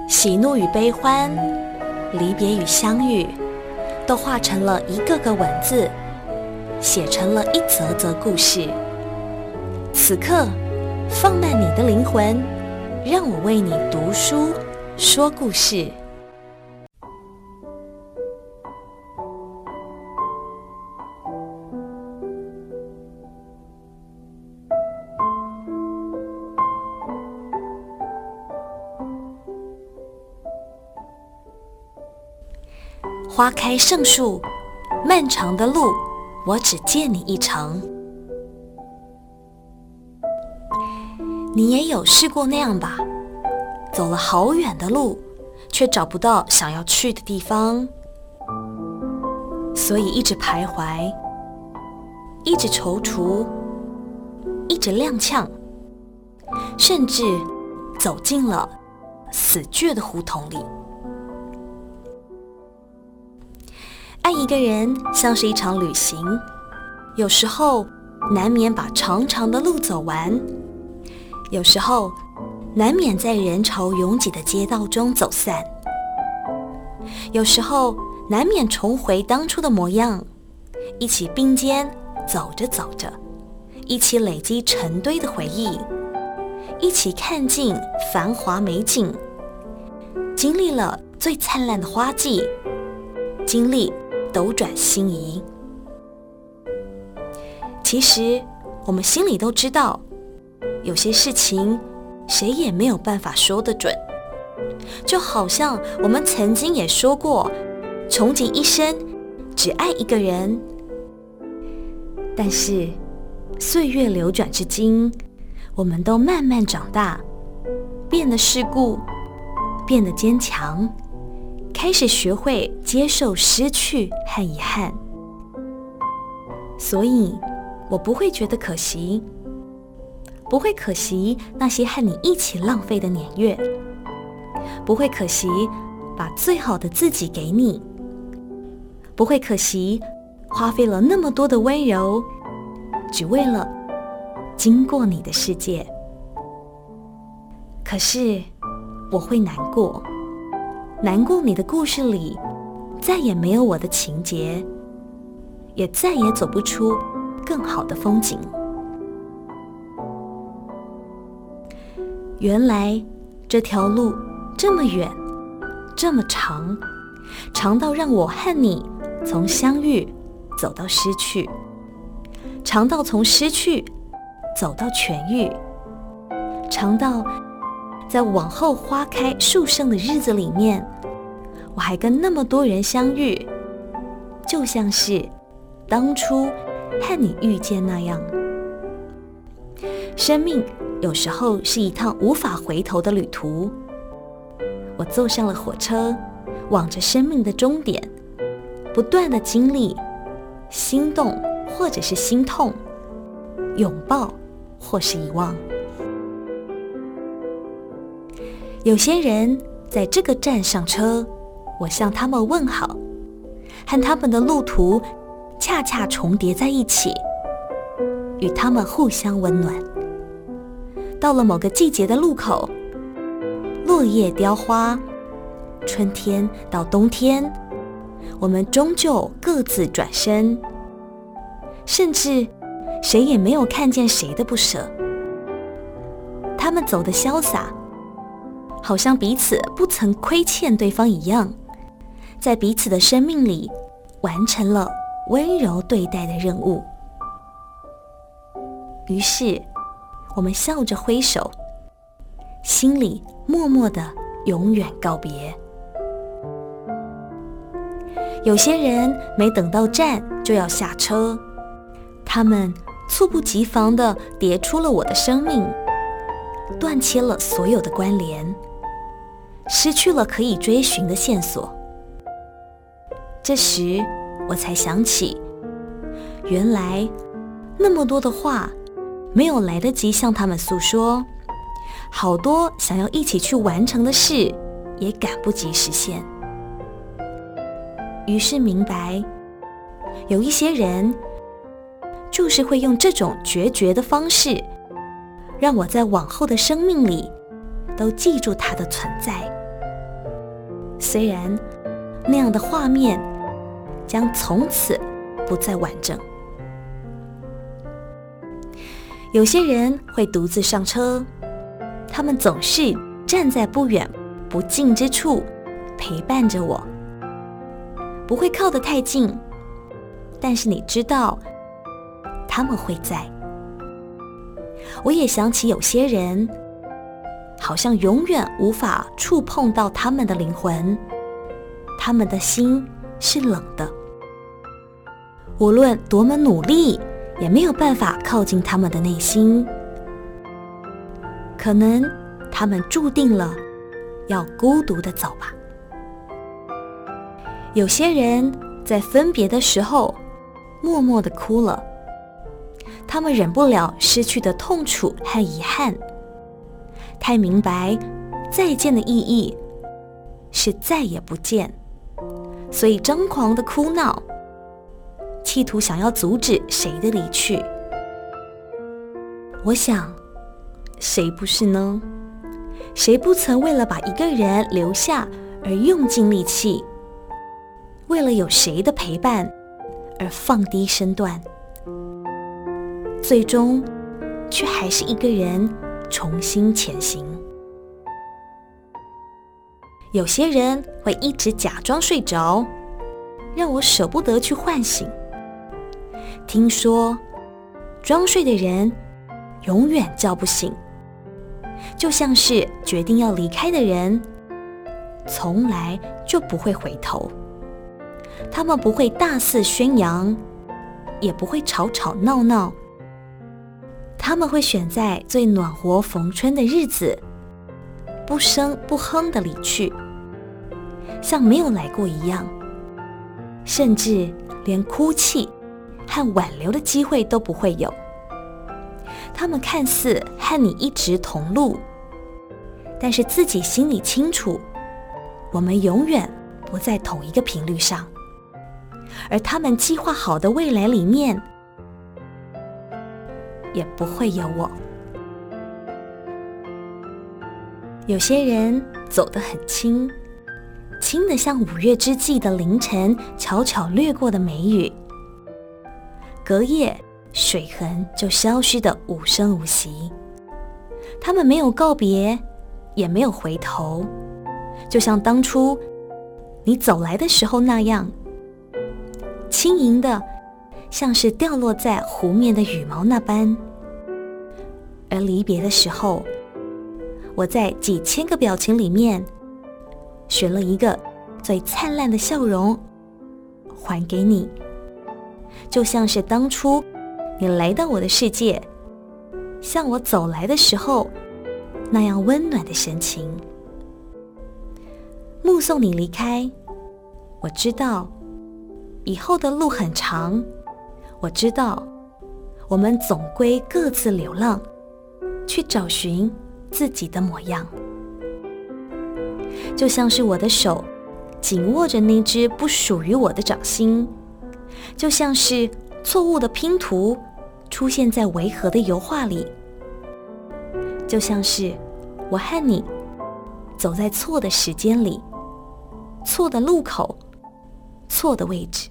喜怒与悲欢，离别与相遇，都化成了一个个文字，写成了一则则故事。此刻，放慢你的灵魂，让我为你读书，说故事。花开胜树，漫长的路，我只借你一程。你也有试过那样吧？走了好远的路，却找不到想要去的地方，所以一直徘徊，一直踌躇，一直踉跄，甚至走进了死倔的胡同里。爱一个人像是一场旅行，有时候难免把长长的路走完，有时候难免在人潮拥挤的街道中走散，有时候难免重回当初的模样，一起并肩走着走着，一起累积成堆的回忆，一起看尽繁华美景，经历了最灿烂的花季，经历斗转星移。其实我们心里都知道，有些事情谁也没有办法说得准，就好像我们曾经也说过，穷极一生只爱一个人。但是岁月流转至今，我们都慢慢长大，变得世故，变得坚强，开始学会接受失去和遗憾。所以我不会觉得可惜，不会可惜那些和你一起浪费的年月，不会可惜把最好的自己给你，不会可惜花费了那么多的温柔，只为了经过你的世界。可是我会难过，难过你的故事里再也没有我的情节，也再也走不出更好的风景。原来这条路这么远，这么长，长到让我和你从相遇走到失去，长到从失去走到痊愈，长到在往后花开树盛的日子里面，我还跟那么多人相遇，就像是当初和你遇见那样。生命有时候是一趟无法回头的旅途，我坐上了火车，往着生命的终点，不断的经历心动或者是心痛，拥抱或是遗忘。有些人在这个站上车，我向他们问好，和他们的路途恰恰重叠在一起，与他们互相温暖。到了某个季节的路口，落叶凋花，春天到冬天，我们终究各自转身，甚至谁也没有看见谁的不舍。他们走得潇洒，好像彼此不曾亏欠对方一样，在彼此的生命里完成了温柔对待的任务。于是我们笑着挥手，心里默默的永远告别。有些人没等到站就要下车，他们猝不及防地跌出了我的生命，断切了所有的关联，失去了可以追寻的线索。这时我才想起，原来那么多的话没有来得及向他们诉说，好多想要一起去完成的事也赶不及实现。于是明白，有一些人就是会用这种决绝的方式，让我在往后的生命里都记住他的存在。 虽然那样的画面将从此不再完整。有些人会独自上车，他们总是站在不远不近之处陪伴着我，不会靠得太近，但是你知道他们会在。我也想起有些人好像永远无法触碰到他们的灵魂，他们的心是冷的，无论多么努力也没有办法靠近他们的内心。可能他们注定了要孤独地走吧。有些人在分别的时候默默地哭了，他们忍不了失去的痛楚和遗憾，太明白再见的意义是再也不见，所以张狂地哭闹，企图想要阻止谁的离去。我想，谁不是呢？谁不曾为了把一个人留下而用尽力气，为了有谁的陪伴而放低身段，最终却还是一个人重新前行。有些人会一直假装睡着，让我舍不得去唤醒。听说装睡的人永远叫不醒，就像是决定要离开的人从来就不会回头。他们不会大肆宣扬，也不会吵吵闹闹，他们会选在最暖和逢春的日子，不声不哼地离去，像没有来过一样，甚至连哭泣和挽留的机会都不会有。他们看似和你一直同路，但是自己心里清楚，我们永远不在同一个频率上，而他们计划好的未来里面也不会有我。有些人走得很轻，轻得像5月之际的凌晨悄悄掠过的梅雨，隔夜水痕就消失得无声无息。他们没有告别，也没有回头，就像当初你走来的时候那样，轻盈的像是掉落在湖面的羽毛那般。而离别的时候，我在几千个表情里面选了一个最灿烂的笑容还给你，就像是当初你来到我的世界，向我走来的时候那样温暖的神情。目送你离开，我知道以后的路很长，我知道我们总归各自流浪，去找寻自己的模样。就像是我的手紧握着那只不属于我的掌心，就像是错误的拼图出现在违和的油画里，就像是我和你走在错的时间里，错的路口，错的位置。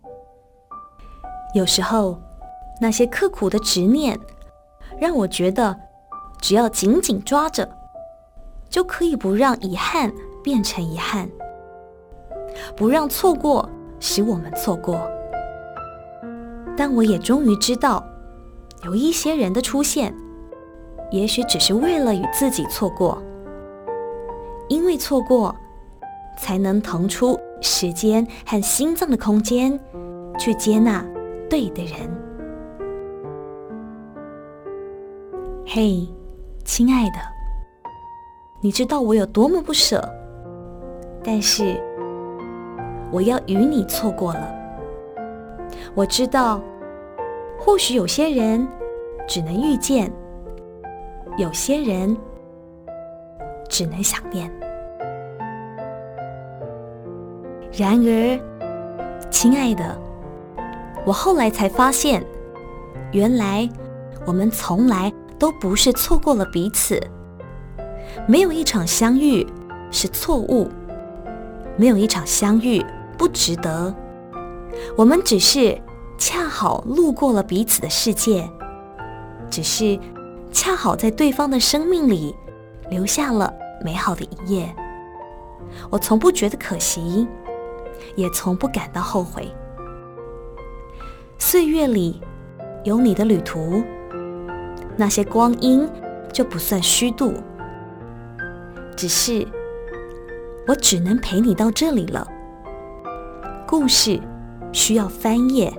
有时候那些刻苦的执念让我觉得只要紧紧抓着，就可以不让遗憾变成遗憾，不让错过使我们错过。但我也终于知道，有一些人的出现也许只是为了与自己错过，因为错过才能腾出时间和心脏的空间去接纳对的人。嘿，亲爱的，你知道我有多么不舍，但是我要与你错过了。我知道或许有些人只能遇见，有些人只能想念。然而，亲爱的，我后来才发现，原来我们从来都不是错过了彼此，没有一场相遇是错误， 没有一场相遇不值得，我们只是恰好路过了彼此的世界，只是恰好在对方的生命里留下了美好的一页。我从不觉得可惜，也从不感到后悔。岁月里有你的旅途，那些光阴就不算虚度，只是我只能陪你到这里了。故事需要翻页，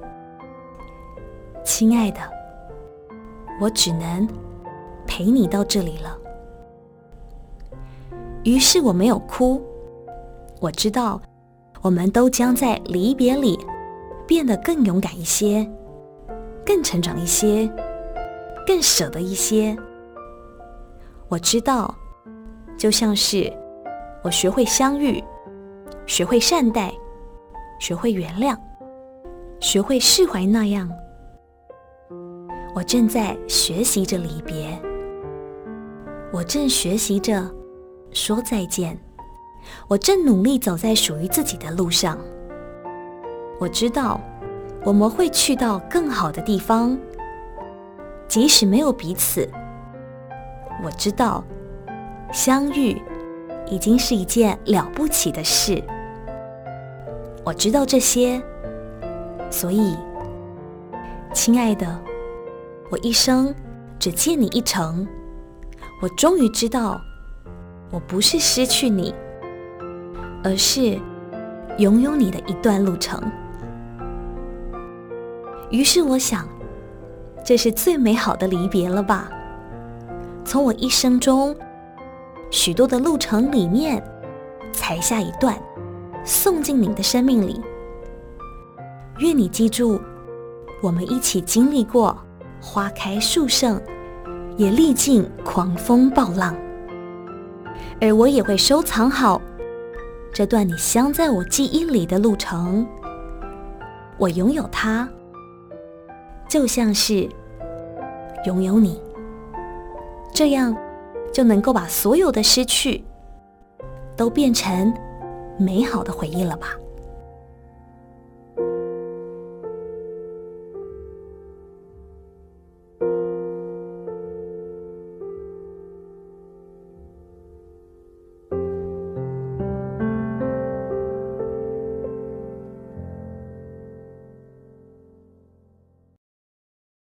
亲爱的，我只能陪你到这里了。于是我没有哭，我知道我们都将在离别里变得更勇敢一些，更成长一些，更舍得一些。我知道，就像是我学会相遇，学会善待，学会原谅，学会释怀那样，我正在学习着离别，我正学习着说再见，我正努力走在属于自己的路上。我知道我们会去到更好的地方，即使没有彼此。我知道相遇已经是一件了不起的事。我知道这些，所以亲爱的，我一生只欠你一程。我终于知道，我不是失去你，而是拥有你的一段路程。于是我想，这是最美好的离别了吧？从我一生中许多的路程里面裁下一段，送进你的生命里。愿你记住，我们一起经历过花开树盛，也历尽狂风暴浪。而我也会收藏好这段你镶在我记忆里的路程。我拥有它，就像是拥有你，这样就能够把所有的失去都变成美好的回忆了吧。